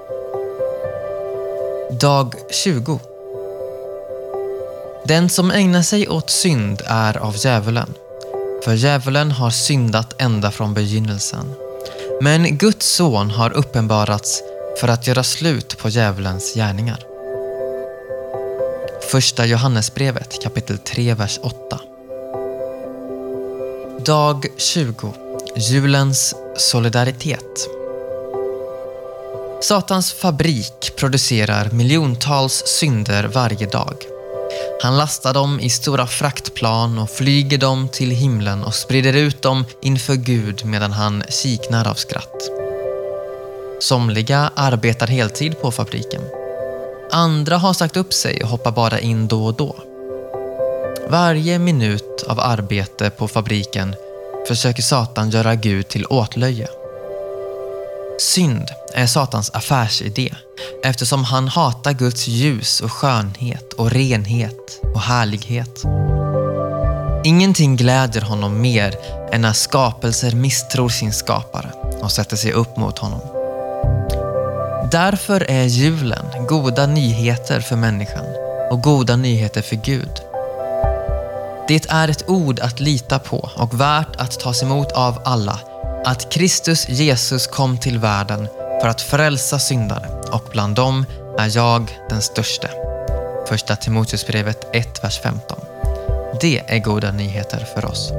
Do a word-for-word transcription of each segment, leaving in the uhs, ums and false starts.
Dag tjugo. Den som ägnar sig åt synd är av djävulen, för djävulen har syndat ända från begynnelsen. Men Guds son har uppenbarats för att göra slut på djävulens gärningar. Första Johannesbrevet kapitel tre, vers åtta. Dag tjugo. Julens solidaritet. Satans fabrik producerar miljontals synder varje dag. Han lastar dem i stora fraktplan och flyger dem till himlen och sprider ut dem inför Gud medan han kiknar av skratt. Somliga arbetar heltid på fabriken. Andra har sagt upp sig och hoppar bara in då och då. Varje minut av arbete på fabriken försöker Satan göra Gud till åtlöje. Synd är Satans affärsidé eftersom han hatar Guds ljus och skönhet och renhet och härlighet. Ingenting gläder honom mer än när skapelser misstror sin skapare och sätter sig upp mot honom. Därför är julen goda nyheter för människan och goda nyheter för Gud. Det är ett ord att lita på och värt att tas emot av alla, att Kristus Jesus kom till världen för att frälsa syndare, och bland dem är jag den störste. Första Timoteusbrevet ett, vers femton. Det är goda nyheter för oss.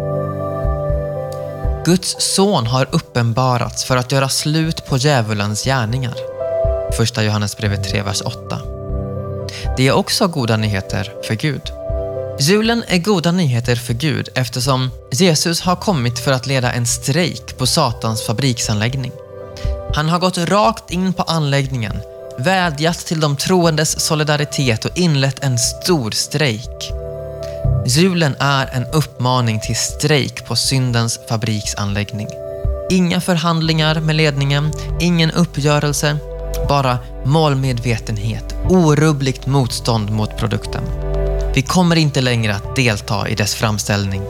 Guds son har uppenbarats för att göra slut på djävulens gärningar. Första Johannesbrevet tre, vers åtta. Det är också goda nyheter för Gud. Julen är goda nyheter för Gud eftersom Jesus har kommit för att leda en strejk på Satans fabriksanläggning. Han har gått rakt in på anläggningen, vädjat till de troendes solidaritet och inlett en stor strejk. Julen är en uppmaning till strejk på syndens fabriksanläggning. Inga förhandlingar med ledningen, ingen uppgörelse, bara målmedvetenhet, orubbligt motstånd mot produkten. Vi kommer inte längre att delta i dess framställning.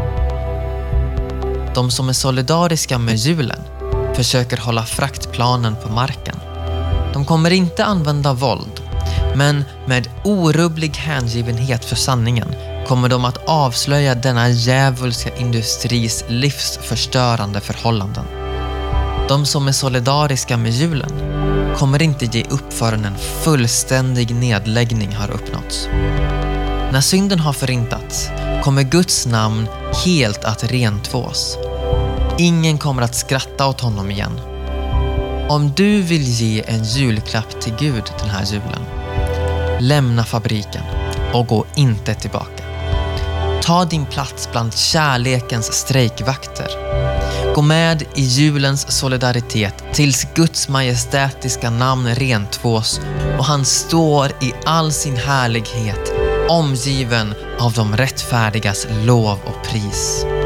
De som är solidariska med julen försöker hålla fraktplanen på marken. De kommer inte använda våld, men med orubblig hängivenhet för sanningen kommer de att avslöja denna djävulska industris livsförstörande förhållanden. De som är solidariska med julen kommer inte ge upp förrän en fullständig nedläggning har uppnåtts. När synden har förintats kommer Guds namn helt att rentvås. Ingen kommer att skratta åt honom igen. Om du vill ge en julklapp till Gud den här julen, lämna fabriken och gå inte tillbaka. Ta din plats bland kärlekens strejkvakter. Gå med i julens solidaritet tills Guds majestätiska namn rentvås och han står i all sin härlighet, omgiven av de rättfärdigas lov och pris.